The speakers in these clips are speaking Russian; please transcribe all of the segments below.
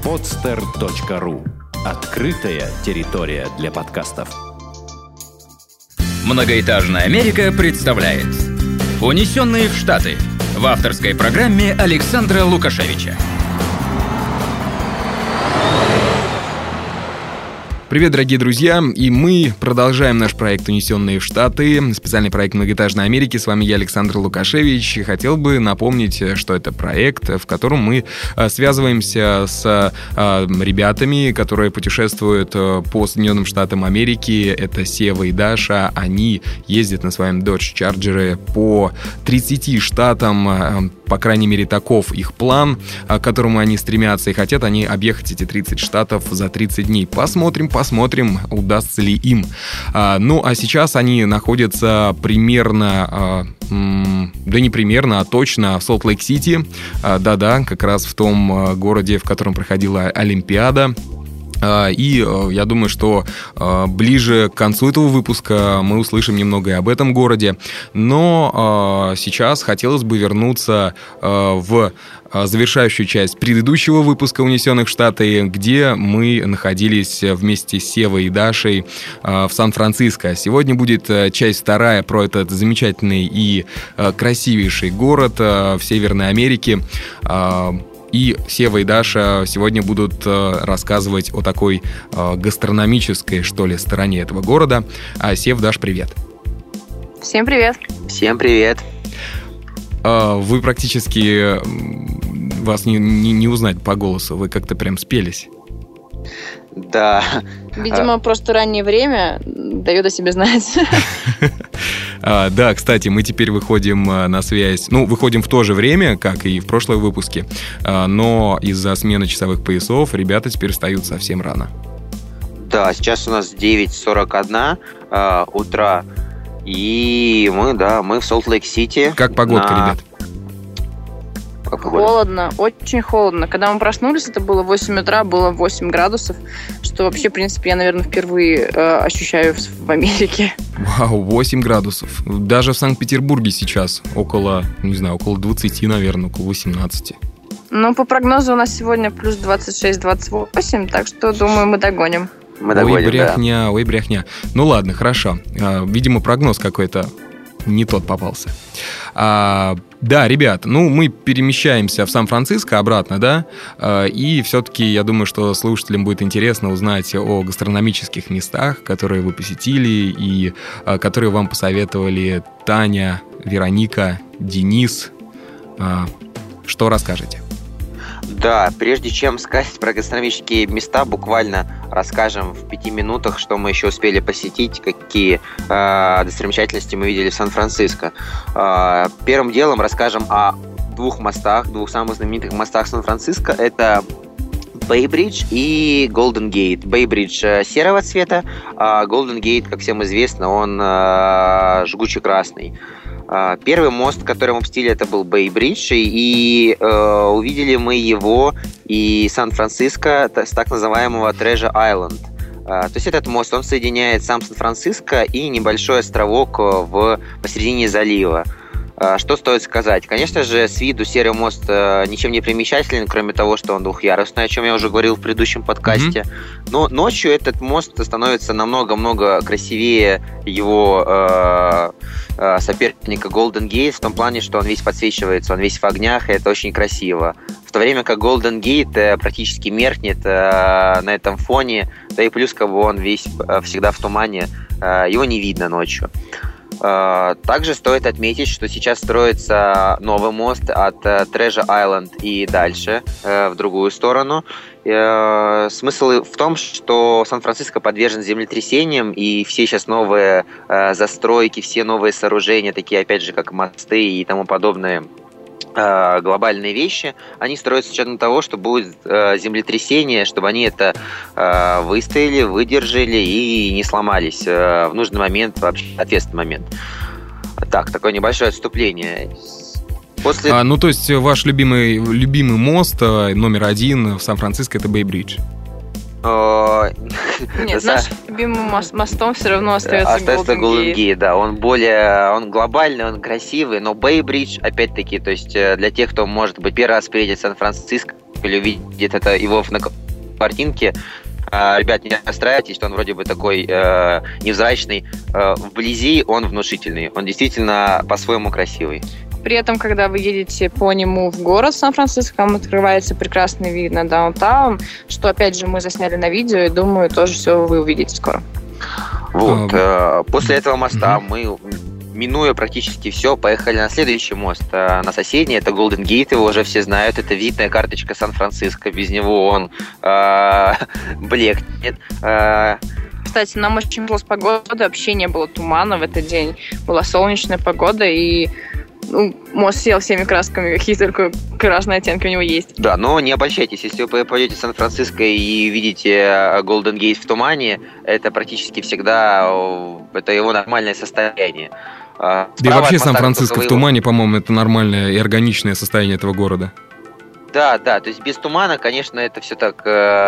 podster.ru. Открытая территория для подкастов. Многоэтажная Америка представляет «Унесенные в Штаты» в авторской программе Александра Лукашевича. Привет, дорогие друзья, и мы продолжаем наш проект «Унесенные в Штаты», специальный проект «Многоэтажной Америки». С вами я, Александр Лукашевич, и хотел бы напомнить, что это проект, в котором мы связываемся с ребятами, которые путешествуют по Соединенным Штатам Америки. Это Сева и Даша. Они ездят на своем Dodge Charger по 30 штатам, по крайней мере, таков их план, к которому они стремятся, и хотят они объехать эти 30 штатов за 30 дней. Посмотрим, удастся ли им. Ну, а сейчас они находятся примерно, да не примерно, а точно в Солт-Лейк-Сити. Да-да, как раз в том городе, в котором проходила Олимпиада. И я думаю, что ближе к концу этого выпуска мы услышим немного и об этом городе. Но сейчас хотелось бы вернуться в завершающую часть предыдущего выпуска «Унесенных в Штаты», где мы находились вместе с Севой и Дашей в Сан-Франциско. Сегодня будет часть вторая про этот замечательный и красивейший город в Северной Америке. И Сева и Даша сегодня будут рассказывать о такой гастрономической, что ли, стороне этого города. Сев, Даш, привет. Всем привет. Всем привет. Вы практически... Вас не узнать по голосу, вы как-то прям спелись. Да. Видимо, просто раннее время дает о себе знать. Да, кстати, мы теперь выходим на связь. Ну, выходим в то же время, как и в прошлом выпуске. Но из-за смены часовых поясов ребята теперь встают совсем рано. Да, сейчас у нас 9:41 утра. И мы в Солт-Лейк-Сити. Как погодка, ребят? Холодно, очень холодно. Когда мы проснулись, это было 8 утра, было 8 градусов, что вообще, в принципе, я, наверное, впервые ощущаю в Америке. Вау, 8 градусов. Даже в Санкт-Петербурге сейчас около 20, наверное, около 18. Ну, по прогнозу у нас сегодня плюс 26-28, так что, думаю, мы догоним. Ой, брехня. Ну ладно, хорошо. Видимо, прогноз какой-то не тот попался. Да, ребят, мы перемещаемся в Сан-Франциско обратно, да? И все-таки я думаю, что слушателям будет интересно узнать о гастрономических местах, которые вы посетили и которые вам посоветовали Таня, Вероника, Денис. Что расскажете? Да, прежде чем сказать про гастрономические места, буквально расскажем в 5 минутах, что мы еще успели посетить, какие достопримечательности мы видели в Сан-Франциско. Первым делом расскажем о двух самых знаменитых мостах Сан-Франциско. Это Бэй-Бридж и Голден Гейт. Бэй-Бридж серого цвета, а Голден Гейт, как всем известно, он жгуче-красный. Первый мост, который мы посетили, это был Бэй-Бридж, и увидели мы его и Сан-Франциско с так называемого Treasure Island. То есть этот мост, он соединяет сам Сан-Франциско и небольшой островок посередине залива. Что стоит сказать? Конечно же, с виду серый мост ничем не примечателен, кроме того, что он двухъярусный, о чем я уже говорил в предыдущем подкасте. Но ночью этот мост становится намного-много красивее его соперника Golden Gate, в том плане, что он весь подсвечивается, он весь в огнях, и это очень красиво. В то время как Golden Gate практически меркнет на этом фоне, да и плюс он весь всегда в тумане, его не видно ночью. Также стоит отметить, что сейчас строится новый мост от Treasure Island и дальше, в другую сторону. Смысл в том, что Сан-Франциско подвержен землетрясениям, и все сейчас новые застройки, все новые сооружения, такие, опять же, как мосты и тому подобное, глобальные вещи, они строятся с учетом того, что будет землетрясение, чтобы они это выстояли, выдержали и не сломались в нужный момент, вообще ответственный момент. Так, такое небольшое отступление. То есть ваш любимый мост номер 1 в Сан-Франциско — это Бэй-Бридж? Нет, нашим любимым мостом все равно остается Golden Gate, да. Он глобальный, он красивый, но Бэй-Бридж, опять-таки, то есть для тех, кто, может быть, первый раз приедет в Сан-Франциско, увидит это его на картинке, ребят, не расстраивайтесь, что он вроде бы такой невзрачный. Вблизи он внушительный. Он действительно по-своему красивый. При этом, когда вы едете по нему в город Сан-Франциско, вам открывается прекрасный вид на даунтаун, что, опять же, мы засняли на видео, и думаю, тоже все вы увидите скоро. Вот. После этого моста мы, минуя практически все, поехали на следующий мост, на соседний. Это Голден Гейт, его уже все знают. Это визитная карточка Сан-Франциско. Без него он блекнет. Кстати, нам очень повезло с погодой, вообще не было тумана в этот день. Была солнечная погода, и мост сиял всеми красками, какие только красные оттенки у него есть. Да, но не обольщайтесь, если вы пойдете в Сан-Франциско и видите Голден Гейт в тумане, это практически всегда это его нормальное состояние. Да и вообще Сан-Франциско в тумане, по-моему, это нормальное и органичное состояние этого города. Да, то есть без тумана, конечно, это все так,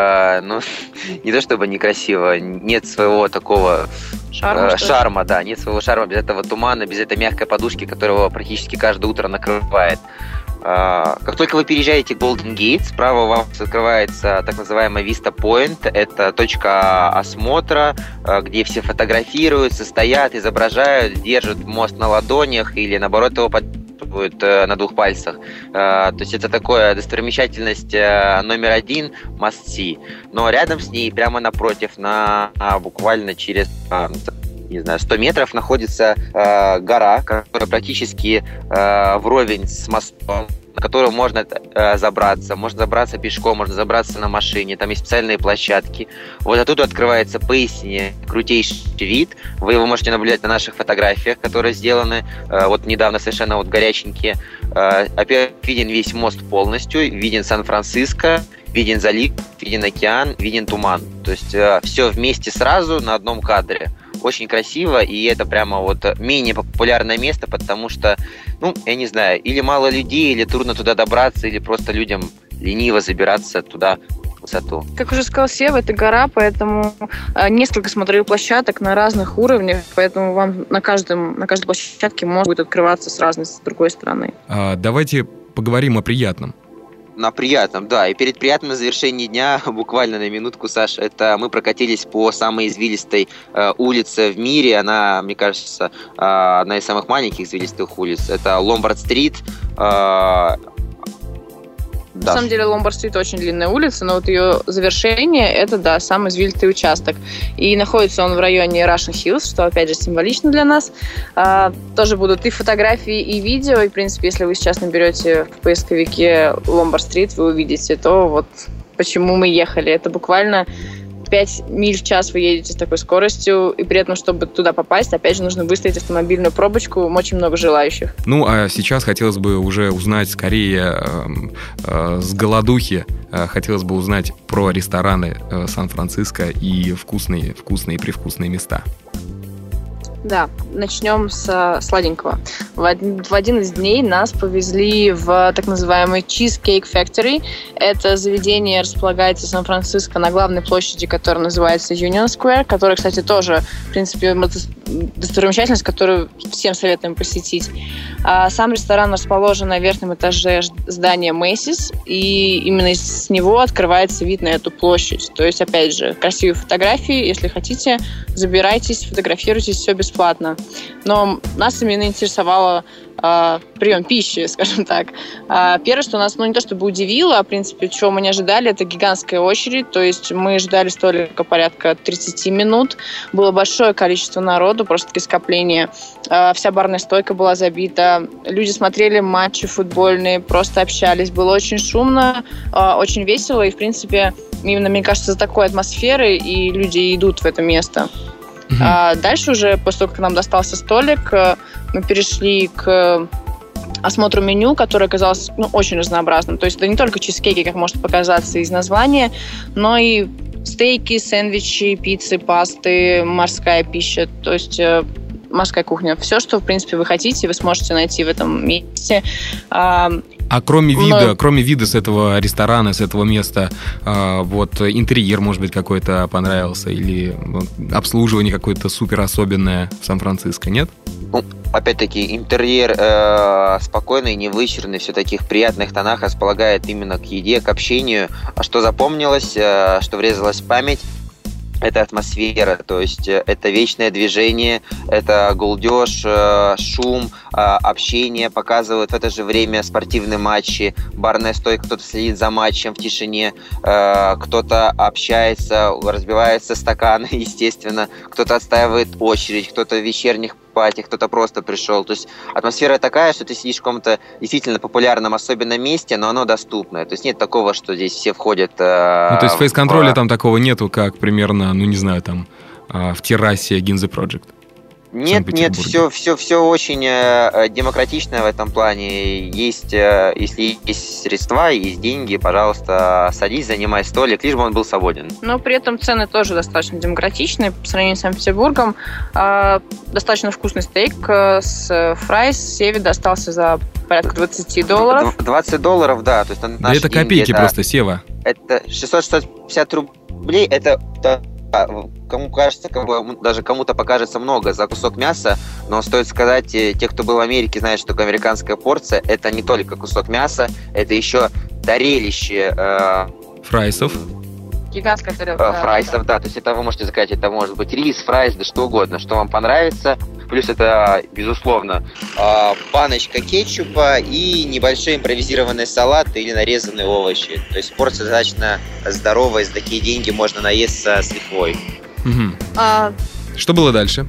не то чтобы некрасиво, нет своего такого шарма, да, нет своего шарма без этого тумана, без этой мягкой подушки, которая его практически каждое утро накрывает. Как только вы переезжаете Golden Gate, справа у вас открывается так называемая Vista Point. Это точка осмотра, где все фотографируются, стоят, изображают, держат мост на ладонях или наоборот его поддерживают на двух пальцах. То есть это такое достопримечательность номер один, must see. Но рядом с ней, прямо напротив, буквально через 100 метров находится гора, которая практически вровень с мостом, на которую можно забраться. Можно забраться пешком, можно забраться на машине. Там есть специальные площадки. Вот оттуда открывается поистине крутейший вид. Вы его можете наблюдать на наших фотографиях, которые сделаны вот недавно, совершенно горяченькие. Опять виден весь мост полностью. Виден Сан-Франциско, виден залив, виден океан, виден туман. То есть все вместе сразу на одном кадре. Очень красиво, и это прямо менее популярное место, потому что, я не знаю, или мало людей, или трудно туда добраться, или просто людям лениво забираться туда в высоту. Как уже сказал Сева, это гора, поэтому несколько смотровых площадок на разных уровнях, поэтому вам на каждой площадке мост будет открываться с другой стороны. Давайте поговорим о приятном. На приятном, да. И перед приятным завершением дня, буквально на минутку, Саш, это мы прокатились по самой извилистой улице в мире. Она, мне кажется, одна из самых маленьких извилистых улиц. Это Ломбард-стрит. На самом деле Ломбард-стрит очень длинная улица, но вот ее завершение — это, самый извилистый участок. И находится он в районе Russian Hills, что, опять же, символично для нас. Тоже будут и фотографии, и видео. И, в принципе, если вы сейчас наберете в поисковике Ломбард-стрит, вы увидите то, вот почему мы ехали. Это буквально 5 миль в час вы едете с такой скоростью, и при этом, чтобы туда попасть, опять же, нужно выстоять автомобильную пробочку, очень много желающих. А сейчас хотелось бы уже узнать скорее с голодухи, хотелось бы узнать про рестораны Сан-Франциско и вкусные и привкусные места. Да, начнем с сладенького. В один из дней нас повезли в так называемый Cheesecake Factory. Это заведение располагается в Сан-Франциско на главной площади, которая называется Union Square, которая, кстати, тоже, в принципе, достопримечательность, которую всем советуем посетить. Сам ресторан расположен на верхнем этаже здания Macy's, и именно с него открывается вид на эту площадь. То есть, опять же, красивые фотографии. Если хотите, забирайтесь, фотографируйтесь, все бесплатно. Но нас именно интересовало прием пищи, скажем так. Первое, что нас, не то чтобы удивило, а, в принципе, чего мы не ожидали, это гигантская очередь. То есть мы ждали столика порядка 30 минут. Было большое количество народу, просто-таки скопление. Вся барная стойка была забита. Люди смотрели матчи футбольные, просто общались. Было очень шумно, очень весело. И, в принципе, именно, мне кажется, за такой атмосферой и люди идут в это место. Дальше уже, после того, как нам достался столик, мы перешли к осмотру меню, которое оказалось очень разнообразным. То есть это не только чизкейки, как может показаться из названия, но и стейки, сэндвичи, пиццы, пасты, морская пища, то есть морская кухня. Все, что, в принципе, вы хотите, вы сможете найти в этом месте. А кроме вида с этого ресторана, с этого места, вот интерьер, может быть, какой-то понравился? Или обслуживание какое-то супер особенное в Сан-Франциско, нет? Ну, опять-таки, интерьер спокойный, не вычурный, все в таких приятных тонах, располагает именно к еде, к общению. А что запомнилось, что врезалось в память, это атмосфера, то есть это вечное движение, это гулдеж, шум, общение, показывают в это же время спортивные матчи, барная стойка, кто-то следит за матчем в тишине, кто-то общается, разбиваются стаканы, естественно, кто-то отстаивает очередь, кто-то в вечерних пати, кто-то просто пришел. То есть атмосфера такая, что ты сидишь в каком-то действительно популярном, особенном месте, но оно доступное. То есть нет такого, что здесь все входят... то есть фейс-контроля там такого нету, как примерно, ну не знаю, там в террасе Ginza Project. Нет, все очень демократично в этом плане. Есть, если есть средства, есть деньги, пожалуйста, садись, занимай столик, лишь бы он был свободен. Но при этом цены тоже достаточно демократичные по сравнению с Санкт-Петербургом. Достаточно вкусный стейк с фрайс Севе достался за порядка $20. $20, да. То есть да это копейки просто, Сева. Это 650 рублей, это... Кому кажется, даже кому-то покажется много за кусок мяса, но стоит сказать, те, кто был в Америке, знают, что такое американская порция. Это не только кусок мяса, это еще тарелище фрайсов. Гигантская тарелка. Фрайсов, да. То есть это вы можете заказать, это может быть рис, фрайс, да что угодно, что вам понравится. Плюс это, безусловно, баночка кетчупа и небольшой импровизированный салат или нарезанные овощи. То есть порция достаточно здоровая, за такие деньги можно наесться с лихвой. Угу. Что было дальше?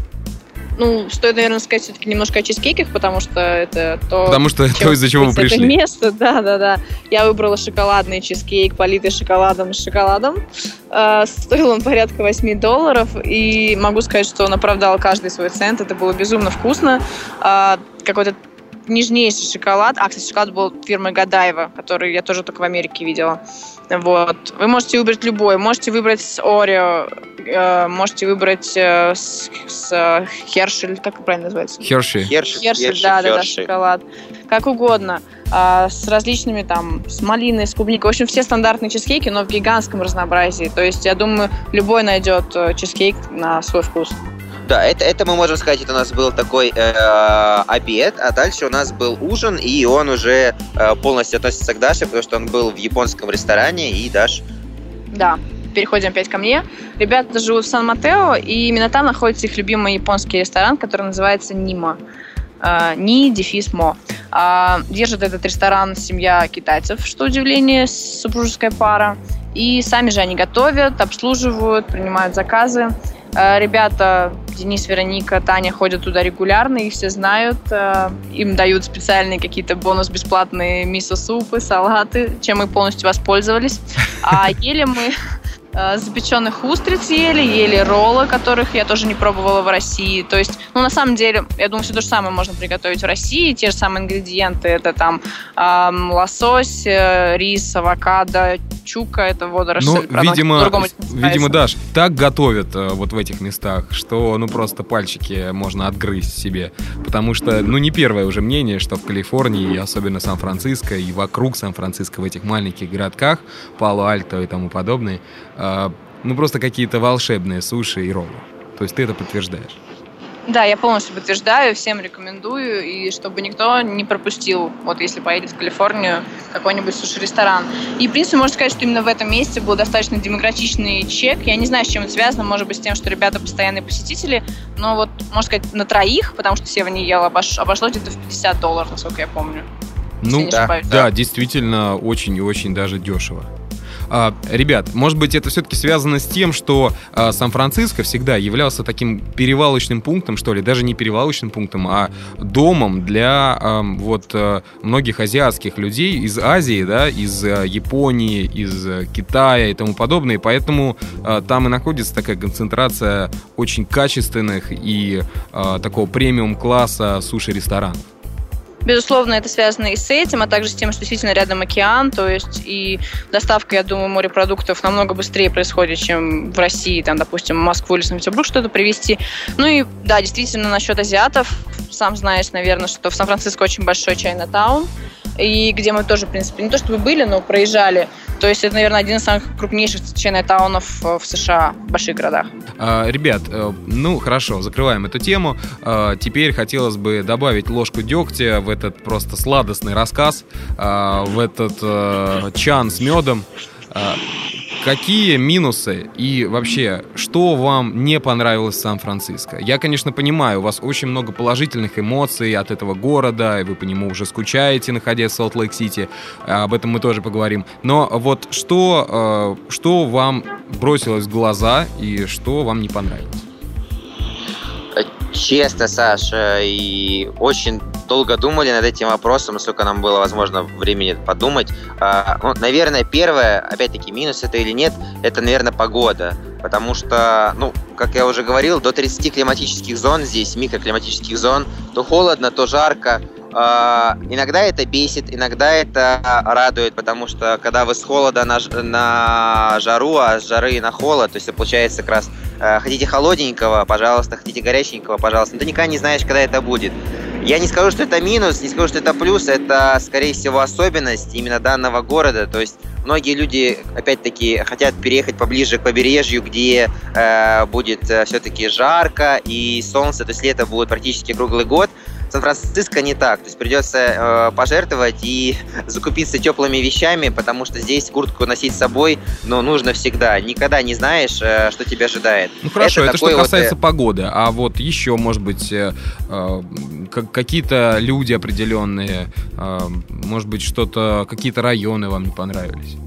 Ну, стоит, наверное, сказать все-таки немножко о чизкейках, потому что это то, из-за чего вы пришли. Это место, да. Я выбрала шоколадный чизкейк, политый шоколадом с шоколадом. Стоил он порядка $8, и могу сказать, что он оправдал каждый свой цент. Это было безумно вкусно. Какой-то нежнейший шоколад. Кстати, шоколад был фирмы Гадаева, который я тоже только в Америке видела. Вот. Вы можете выбрать любой. Можете выбрать с Орео, можете выбрать с Хершель, как правильно называется? Хершель, да, шоколад. Как угодно. С различными там, с малиной, с клубникой. В общем, все стандартные чизкейки, но в гигантском разнообразии. То есть, я думаю, любой найдет чизкейк на свой вкус. Да, это мы можем сказать, это у нас был такой обед, а дальше у нас был ужин, и он уже полностью относится к Даше, потому что он был в японском ресторане, и Даш. Да, переходим опять ко мне. Ребята живут в Сан-Матео, и именно там находится их любимый японский ресторан, который называется Нима. Ни-мо. Держит этот ресторан семья китайцев, что удивление, супружеская пара. И сами же они готовят, обслуживают, принимают заказы. Ребята, Денис, Вероника, Таня ходят туда регулярно, их все знают. Им дают специальные какие-то бонус-бесплатные мисо-супы, салаты, чем мы полностью воспользовались. Ели мы запеченных устриц ели роллы, которых я тоже не пробовала в России. То есть, на самом деле, я думаю, все то же самое можно приготовить в России. Те же самые ингредиенты. Это там лосось, рис, авокадо, чука, это водоросль. Видимо, Даш, так готовят вот в этих местах, что, просто пальчики можно отгрызть себе. Потому что, не первое уже мнение, что в Калифорнии, и особенно Сан-Франциско, и вокруг Сан-Франциско, в этих маленьких городках, Пало-Альто и тому подобное, просто какие-то волшебные суши и роллы. То есть ты это подтверждаешь? Да, я полностью подтверждаю, всем рекомендую, и чтобы никто не пропустил, вот если поедет в Калифорнию, какой-нибудь суши-ресторан. И, в принципе, можно сказать, что именно в этом месте был достаточно демократичный чек. Я не знаю, с чем это связано, может быть, с тем, что ребята постоянные посетители, но вот, можно сказать, на троих, потому что Сева не ел, обошлось где-то в $50, насколько я помню. Да, действительно, очень и очень даже дешево. Ребят, может быть, это все-таки связано с тем, что Сан-Франциско всегда являлся таким перевалочным пунктом, что ли, даже не перевалочным пунктом, а домом для многих азиатских людей из Азии, да, из Японии, из Китая и тому подобное, и поэтому там и находится такая концентрация очень качественных и такого премиум-класса суши-ресторанов. Безусловно, это связано и с этим, а также с тем, что действительно рядом океан, то есть и доставка, я думаю, морепродуктов намного быстрее происходит, чем в России, там, допустим, в Москву или Санкт-Петербург что-то привезти. И да, действительно, насчет азиатов, сам знаешь, наверное, что в Сан-Франциско очень большой Чайнатаун, и где мы тоже, в принципе, не то чтобы были, но проезжали. То есть это, наверное, один из самых крупнейших чайна-таунов в США, в больших городах. Ребят, ну хорошо, закрываем эту тему. Теперь хотелось бы добавить ложку дегтя в этот просто сладостный рассказ, в этот чан с медом. Какие минусы и вообще, что вам не понравилось в Сан-Франциско? Я, конечно, понимаю, у вас очень много положительных эмоций от этого города, и вы по нему уже скучаете, находясь в Солт-Лейк-Сити. Об этом мы тоже поговорим. Но вот что вам бросилось в глаза и что вам не понравилось? Честно, Саша, и очень долго думали над этим вопросом, насколько нам было возможно времени подумать. Наверное, первое, опять-таки, минус это или нет, это, наверное, погода. Потому что, как я уже говорил, до 30 климатических зон здесь, микроклиматических зон, то холодно, то жарко. Иногда это бесит, иногда это радует, потому что когда вы с холода на жару, а с жары на холод, то есть получается как раз хотите холодненького, пожалуйста, хотите горяченького, пожалуйста, но ты никогда не знаешь, когда это будет. Я не скажу, что это минус, не скажу, что это плюс, это, скорее всего, особенность именно данного города, то есть многие люди, опять-таки, хотят переехать поближе к побережью, где будет все-таки жарко и солнце, то есть лето будет практически круглый год. Сан-Франциско не так, то есть придется пожертвовать и закупиться теплыми вещами, потому что здесь куртку носить с собой, нужно всегда. Никогда не знаешь, что тебя ожидает. Ну хорошо, это что касается погоды, а вот еще, может быть, какие-то люди определенные, может быть, какие-то районы вам не понравились?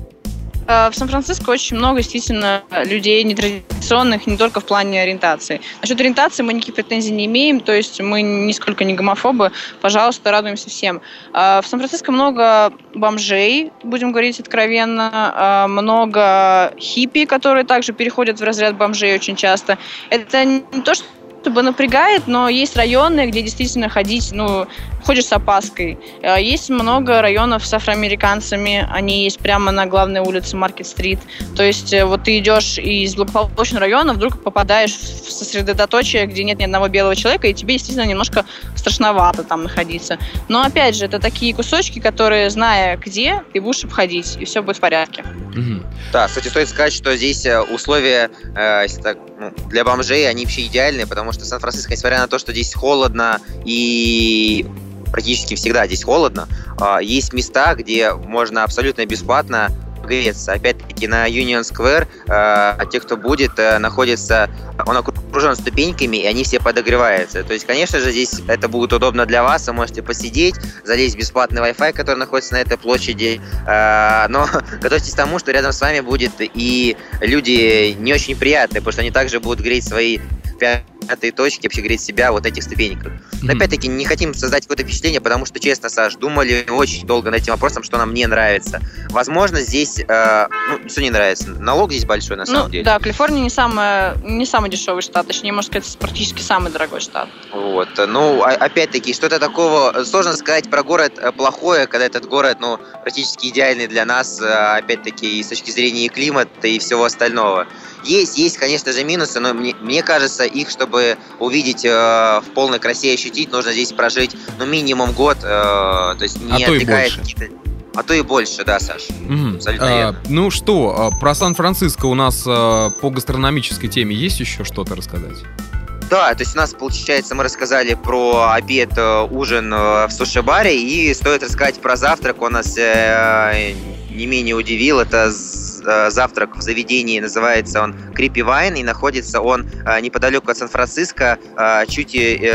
В Сан-Франциско очень много действительно людей нетрадиционных, не только в плане ориентации. Насчет ориентации мы никаких претензий не имеем, то есть мы нисколько не гомофобы, пожалуйста, радуемся всем. В Сан-Франциско много бомжей, будем говорить откровенно, много хиппи, которые также переходят в разряд бомжей очень часто. Это не то, чтобы напрягает, но есть районы, где действительно ходить, ходишь с опаской. Есть много районов с афроамериканцами, они есть прямо на главной улице Маркет-стрит. То есть вот ты идешь из благополучного района, вдруг попадаешь в сосредоточие, где нет ни одного белого человека, и тебе действительно немножко страшновато там находиться. Но опять же, это такие кусочки, которые, зная где, ты будешь обходить, и все будет в порядке. Угу. Да, кстати, стоит сказать, что здесь условия, если так, для бомжей, они вообще идеальные, потому что Сан-Франциско, несмотря на то, что здесь холодно и практически всегда здесь холодно, есть места, где можно абсолютно бесплатно погреться. Опять-таки на Union Square те, кто будет, находится, он окружен ступеньками, и они все подогреваются. То есть, конечно же, здесь это будет удобно для вас, вы можете посидеть, залезть в бесплатный Wi-Fi, который находится на этой площади, но готовьтесь к тому, что рядом с вами будет и люди не очень приятные, потому что они также будут греть свои пятые точки, вообще греть себя вот этих ступеньках. Но опять-таки не хотим создать какое-то впечатление, потому что, честно, Саш, думали очень долго над этим вопросом, что нам не нравится. Возможно, здесь, все не нравится. Налог здесь большой, на самом деле. Да, Калифорния не самый дешевый штат, точнее, можно сказать, практически самый дорогой штат. Вот, опять-таки, что-то такого, сложно сказать про город плохое, когда этот город, практически идеальный для нас, опять-таки, и с точки зрения и климата, и всего остального. Есть, конечно же, минусы, но мне кажется, их, чтобы увидеть в полной красе и ощутить, нужно здесь прожить, минимум год, то есть не отвлекаясь какие-то... А то и больше, да, Саш. Абсолютно верно. Про Сан-Франциско у нас по гастрономической теме есть еще что-то рассказать? Да, то есть у нас, получается, мы рассказали про обед, ужин в суши-баре, и стоит рассказать про завтрак, он нас не менее удивил, это завтрак в заведении, называется он Creepy Vine, и находится он неподалеку от Сан-Франциско, чуть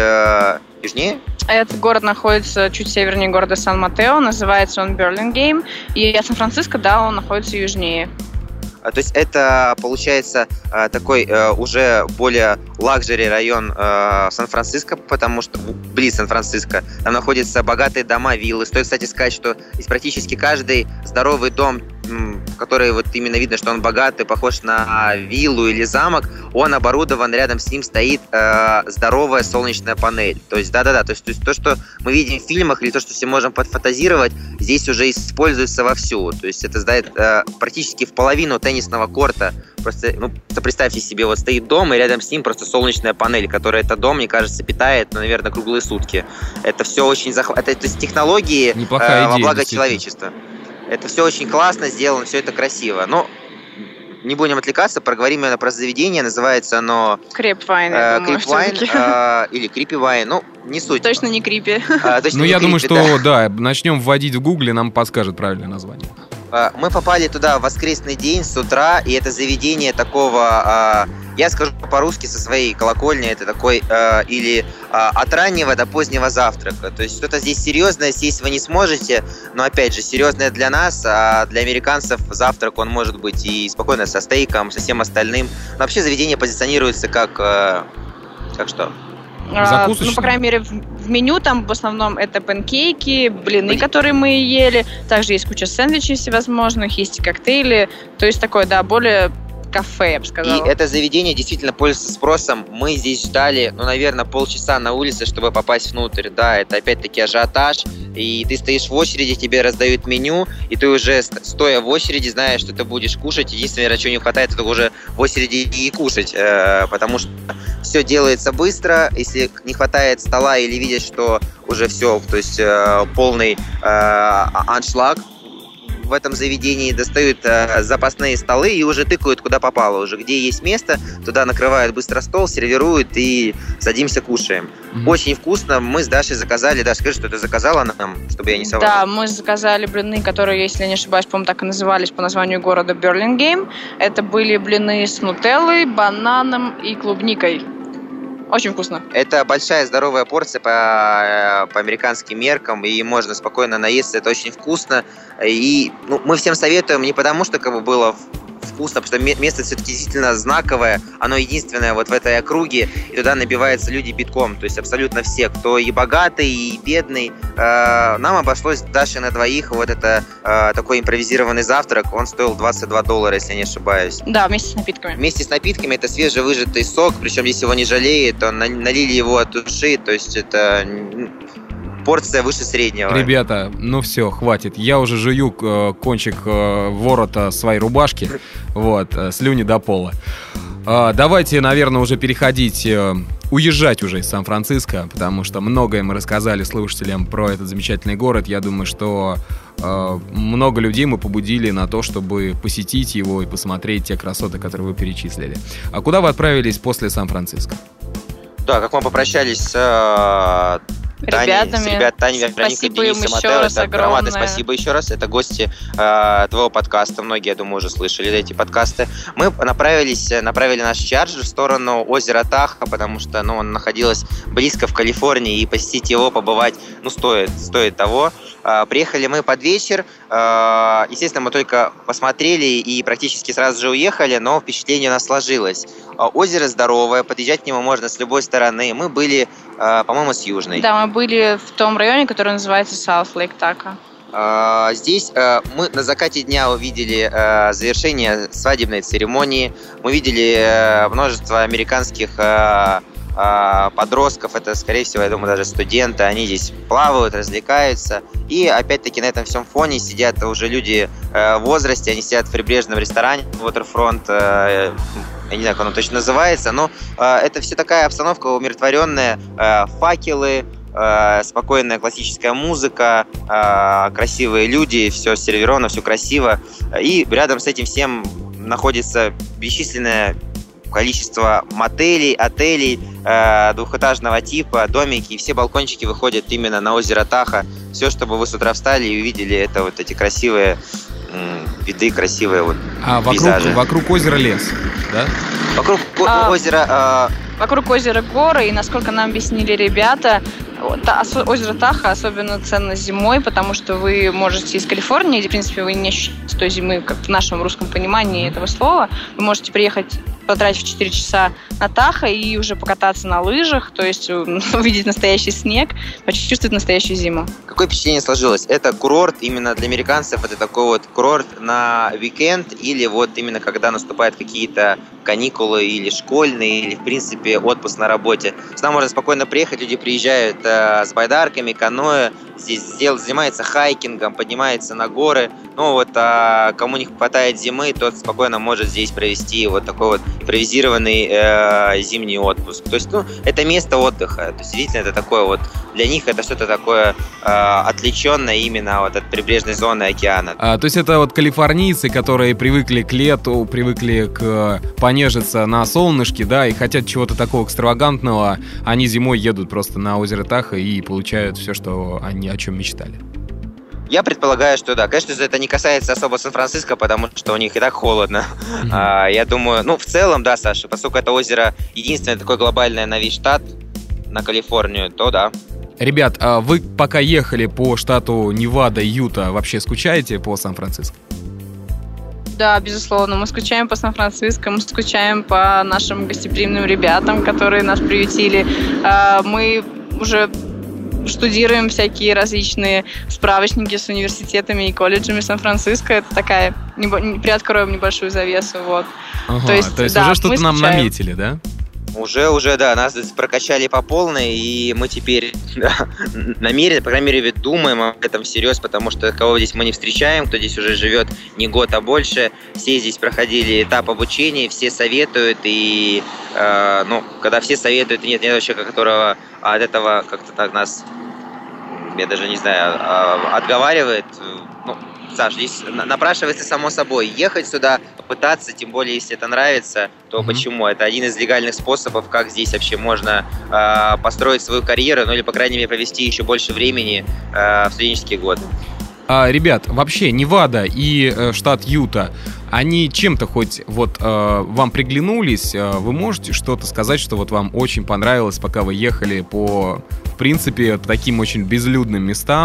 южнее. Этот город находится чуть севернее города Сан-Матео, называется он Берлингейм, и от Сан-Франциско, да, он находится южнее. То есть это, получается, такой уже более лакжери район Сан-Франциско, потому что близ Сан-Франциско там находятся богатые дома, виллы. Стоит, кстати, сказать, что здесь практически каждый здоровый дом который вот именно видно, что он богатый, похож на виллу или замок, он оборудован, рядом с ним стоит здоровая солнечная панель. То есть, да-да-да, то есть то, что мы видим в фильмах, или то, что все можем подфантазировать, здесь уже используется вовсю. То есть это сдает практически в половину теннисного корта. Просто, представьте себе, вот стоит дом, и рядом с ним просто солнечная панель, которая этот дом, мне кажется, питает, наверное, круглые сутки. Это все очень захватывает. То есть технологии во благо человечества. Это все очень классно сделано, все это красиво. Но не будем отвлекаться, проговорим именно про заведение. Называется оно... Крипвайн, или Крипивайн. Не суть. Точно не крипи. Я думаю, что да, начнем вводить в гугле, нам подскажет правильное название. Мы попали туда в воскресный день с утра, и это заведение такого, я скажу по-русски со своей колокольни, это такой от раннего до позднего завтрака. То есть что-то здесь серьезное сесть вы не сможете, но опять же, серьезное для нас, а для американцев завтрак он может быть и спокойно со стейком, со всем остальным. Но вообще заведение позиционируется как что? По крайней мере, в меню там в основном это панкейки, блины, которые мы ели. Также есть куча сэндвичей всевозможных, есть коктейли. То есть такое, да, более кафе, я бы сказала. И это заведение действительно пользуется спросом. Мы здесь ждали, наверное, полчаса на улице, чтобы попасть внутрь. Да, это опять-таки ажиотаж. И ты стоишь в очереди, тебе раздают меню, и ты уже, стоя в очереди, знаешь, что ты будешь кушать. Единственное, чего не хватает, это уже в очереди и кушать. Потому что все делается быстро. Если не хватает стола или видят, что уже все, то есть полный аншлаг в этом заведении, достают запасные столы и уже тыкают куда попало. Уже где есть место, туда накрывают быстро стол, сервируют и садимся, кушаем. Очень вкусно. Мы с Дашей заказали. Даша, скажи, что ты заказала нам, чтобы я не соврал. Да, мы заказали блины, которые, если я не ошибаюсь, по-моему, так и назывались по названию города Берлингейм. Это были блины с нутеллой, бананом и клубникой. Очень вкусно. Это большая здоровая порция по американским меркам, и можно спокойно наесться. Это очень вкусно. И мы всем советуем не потому, что было вкусно, потому что место все-таки действительно знаковое, оно единственное вот в этой округе, и туда набиваются люди битком, то есть абсолютно все, кто и богатый, и бедный. Нам обошлось Даше на двоих вот это такой импровизированный завтрак, он стоил $22, если я не ошибаюсь. Да, вместе с напитками. Вместе с напитками, это свежевыжатый сок, причем здесь его не жалеют, налили его от души, то есть это... порция выше среднего. Ребята, все, хватит. Я уже жую кончик ворота своей рубашки. Слюни до пола. Давайте, наверное, уже переходить, уезжать уже из Сан-Франциско, потому что многое мы рассказали слушателям про этот замечательный город. Я думаю, что много людей мы побудили на то, чтобы посетить его и посмотреть те красоты, которые вы перечислили. А куда вы отправились после Сан-Франциско? Да, как мы попрощались с ребятами, Таней, Вероникой, Денисом, Матео. Громадное спасибо еще раз. Это гости твоего подкаста. Многие, я думаю, уже слышали эти подкасты. Мы направили наш чарджер в сторону озера Тахо, потому что он находился близко в Калифорнии, и посетить его, побывать, стоит того. Приехали мы под вечер. Естественно, мы только посмотрели и практически сразу же уехали, но впечатление у нас сложилось. Озеро здоровое, подъезжать к нему можно с любой стороны. Мы были, по-моему, с южной. Да, мы были в том районе, который называется South Lake Tahoe. Здесь мы на закате дня увидели завершение свадебной церемонии. Мы видели множество американских подростков, это, скорее всего, я думаю, даже студенты, они здесь плавают, развлекаются. И, опять-таки, на этом всем фоне сидят уже люди в возрасте, они сидят в прибрежном ресторане Waterfront, я не знаю, как он точно называется, но это все такая обстановка умиротворенная, факелы, спокойная классическая музыка, красивые люди, все сервировано, все красиво. И рядом с этим всем находится бесчисленное количество мотелей, отелей двухэтажного типа, домики, и все балкончики выходят именно на озеро Тахо. Все, чтобы вы с утра встали и увидели это вот эти красивые виды, красивые пейзажи. Вокруг озера лес, да? Вокруг озера... Вокруг озера горы, и, насколько нам объяснили ребята, озеро Тахо особенно ценно зимой, потому что вы можете из Калифорнии, где, в принципе, вы не ощущаете той зимы, как в нашем русском понимании этого слова, вы можете приехать потратив 4 часа на Тахо и уже покататься на лыжах, то есть увидеть настоящий снег, почувствовать настоящую зиму. Какое впечатление сложилось? Это курорт именно для американцев, это такой вот курорт на уикенд или вот именно когда наступают какие-то каникулы или школьные, или, в принципе, отпуск на работе. Сюда можно спокойно приехать, люди приезжают с байдарками, каноэ, здесь занимается хайкингом, поднимается на горы. Ну вот, кому не хватает зимы, тот спокойно может здесь провести вот такой вот импровизированный зимний отпуск. То есть, это место отдыха. То есть, действительно, это такое вот, для них это что-то такое отвлеченное именно вот от прибрежной зоны океана. То есть, это вот калифорнийцы, которые привыкли к лету, привыкли к понежиться на солнышке, да, и хотят чего-то такого экстравагантного, они зимой едут просто на озеро Тахо и получают все, что они о чем мечтали. Я предполагаю, что да. Конечно же, это не касается особо Сан-Франциско, потому что у них и так холодно. Я думаю, в целом, да, Саша, поскольку это озеро единственное такое глобальное на весь штат, на Калифорнию, то да. Ребят, а вы пока ехали по штату Невада, Юта, вообще скучаете по Сан-Франциско? Да, безусловно, мы скучаем по Сан-Франциско, мы скучаем по нашим гостеприимным ребятам, которые нас приютили. Мы уже штудируем всякие различные справочники с университетами и колледжами Сан-Франциско. Это такая, приоткроем небольшую завесу. Вот. Ага, то есть да, уже что-то нам наметили, да? Уже, да, нас прокачали по полной, и мы теперь намерены, по крайней мере, думаем об этом всерьез, потому что кого здесь мы не встречаем, кто здесь уже живет не год, а больше, все здесь проходили этап обучения, все советуют, и, когда все советуют, и нет человека, которого от этого как-то так нас, я даже не знаю, отговаривает. Саш, здесь напрашивается само собой ехать сюда, попытаться, тем более, если это нравится, то почему? Это один из легальных способов, как здесь вообще можно построить свою карьеру, или, по крайней мере, провести еще больше времени в студенческие годы. Ребят, вообще Невада и штат Юта, они чем-то хоть вам приглянулись? Вы можете что-то сказать, что вот вам очень понравилось, пока вы ехали по, в принципе, таким очень безлюдным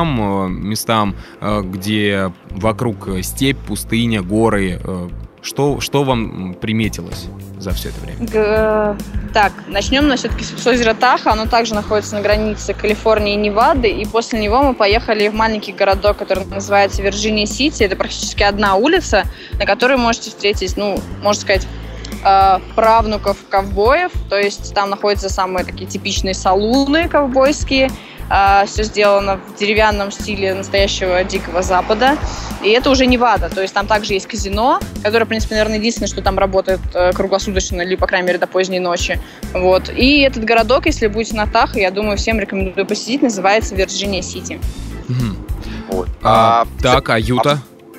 местам, где вокруг степь, пустыня, горы? Что вам приметилось за все это время? Так, начнем все-таки с озера Тахо. Оно также находится на границе Калифорнии и Невады. И после него мы поехали в маленький городок, который называется Вирджиния-Сити. Это практически одна улица, на которой можете встретить, можно сказать, правнуков ковбоев. То есть там находятся самые такие типичные салуны ковбойские. Все сделано в деревянном стиле настоящего Дикого Запада. И это уже Невада. То есть там также есть казино, которое, в принципе, наверное, единственное, что там работает круглосуточно, или, по крайней мере, до поздней ночи. Вот. И этот городок, если будете на Тахо, я думаю, всем рекомендую посетить, называется Вирджиния-Сити. Вот. А Юта?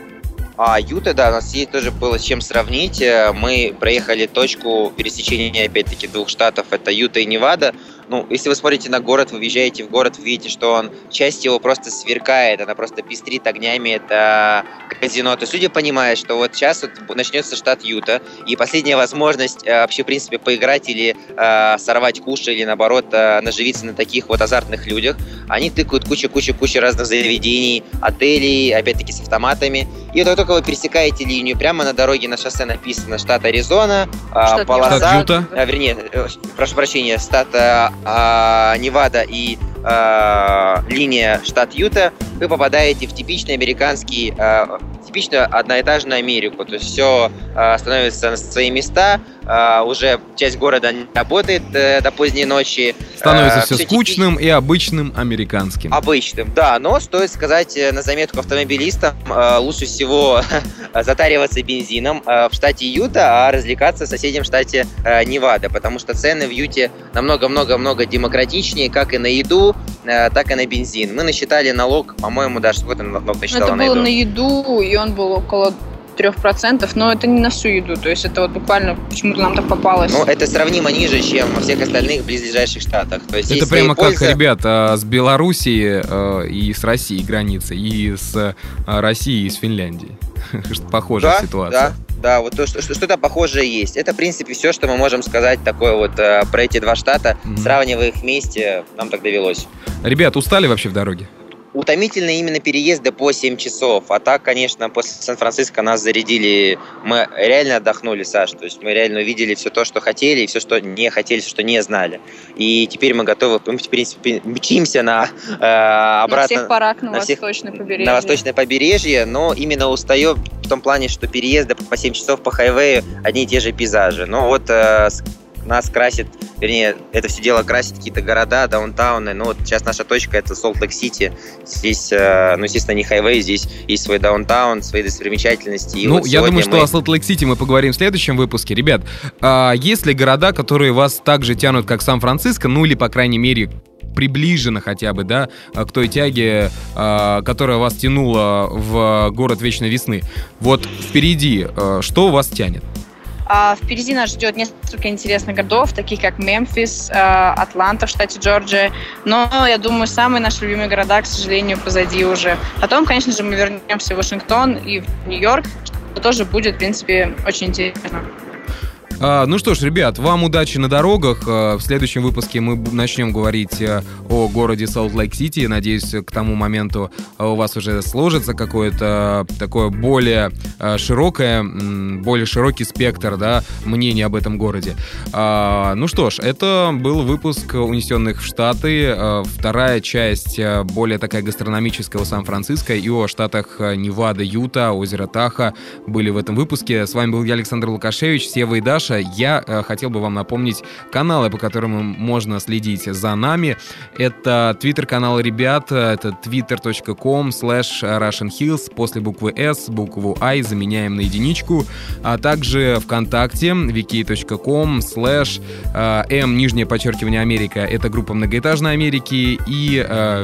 Юта, да, у нас есть тоже было с чем сравнить. Мы проехали точку пересечения, опять-таки, двух штатов, это Юта и Невада. Если вы смотрите на город, вы въезжаете в город, вы видите, что часть его просто сверкает, она просто пестрит огнями, это казино. То есть люди понимают, что вот сейчас начнется штат Юта, и последняя возможность вообще, в принципе, поиграть или сорвать куш, или, наоборот, наживиться на таких вот азартных людях. Они тыкают кучу разных заведений, отелей, опять-таки, с автоматами. И вот только вы пересекаете линию, прямо на дороге на шоссе написано штат Аризона, полоса... Штат Юта? Прошу прощения, штат Невада и линия штат Юта, вы попадаете в типичный американский, типичную одноэтажную Америку. То есть все становится на свои места, уже часть города не работает до поздней ночи. Становится все скучным и обычным американским. Обычным, да, но стоит сказать на заметку автомобилистам, лучше всего затариваться бензином в штате Юта, а развлекаться в соседнем штате Невада, потому что цены в Юте намного-много-много демократичнее, как и на еду, так и на бензин. Мы насчитали налог, по-моему, даже сколько налог насчитала на еду? Это было на еду, и он был около 3%, но это не на всю еду, то есть это вот буквально почему-то нам так попалось. Это сравнимо ниже, чем во всех остальных близлежащих штатах. То есть это прямо как, ребята, с Белоруссией и с Россией границы, и с Россией и с Финляндией. Похожая ситуация. Да, вот что-то похожее есть. Это, в принципе, все, что мы можем сказать такое вот про эти два штата. Сравнивая их вместе, нам так довелось. Ребят, устали вообще в дороге? Утомительно именно переезды по 7 часов. А так, конечно, после Сан-Франциско нас зарядили. Мы реально отдохнули, Саш. То есть мы реально увидели все то, что хотели, и все, что не хотели, все, что не знали. И теперь мы готовы, мы, в принципе, мчимся обратно. На всех парах на восточное побережье. На восточное побережье, но именно устаю в том плане, что переезды по 7 часов по хайвею одни и те же пейзажи. Но вот нас красит, вернее, это все дело красит какие-то города, даунтауны. Ну вот сейчас наша точка — это Солт-Лейк-Сити. Здесь, естественно, не хайвей, здесь есть свой даунтаун, свои достопримечательности. И вот я думаю, что о Солт-Лейк-Сити мы поговорим в следующем выпуске. Ребят, есть ли города, которые вас так же тянут, как Сан-Франциско, ну или, по крайней мере, приближено хотя бы, да, к той тяге, которая вас тянула в город Вечной Весны? Вот впереди, что вас тянет? Впереди нас ждет несколько интересных городов, таких как Мемфис, Атланта в штате Джорджия. Но, я думаю, самые наши любимые города, к сожалению, позади уже. Потом, конечно же, мы вернемся в Вашингтон и в Нью-Йорк, что тоже будет, в принципе, очень интересно. Ну что ж, ребят, вам удачи на дорогах. В следующем выпуске мы начнем говорить о городе Солт-Лейк-Сити. Надеюсь, к тому моменту у вас уже сложится какое-то такое более широкий спектр, да, мнений об этом городе. Ну что ж, это был выпуск «Унесенных в Штаты». Вторая часть, более такая гастрономического Сан-Франциско, и о штатах Невада, Юта, озеро Тахо были в этом выпуске. С вами был я, Александр Лукашевич, Сева и Даша. Я хотел бы вам напомнить каналы, по которым можно следить за нами. Это твиттер-канал ребят, это twitter.com/RussianHills, после буквы S, букву I заменяем на единичку, а также ВКонтакте, vk.com/m_Америка, это группа Многоэтажной Америки, и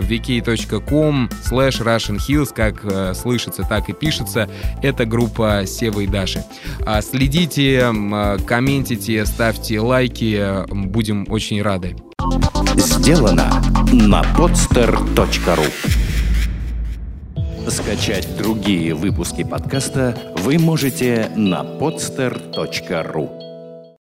vk.com/RussianHills, как слышится, так и пишется, это группа Севы и Даши. Следите, комментите, ставьте лайки, будем очень рады. Сделано на podster.ru. Скачать другие выпуски подкаста вы можете на podster.ru.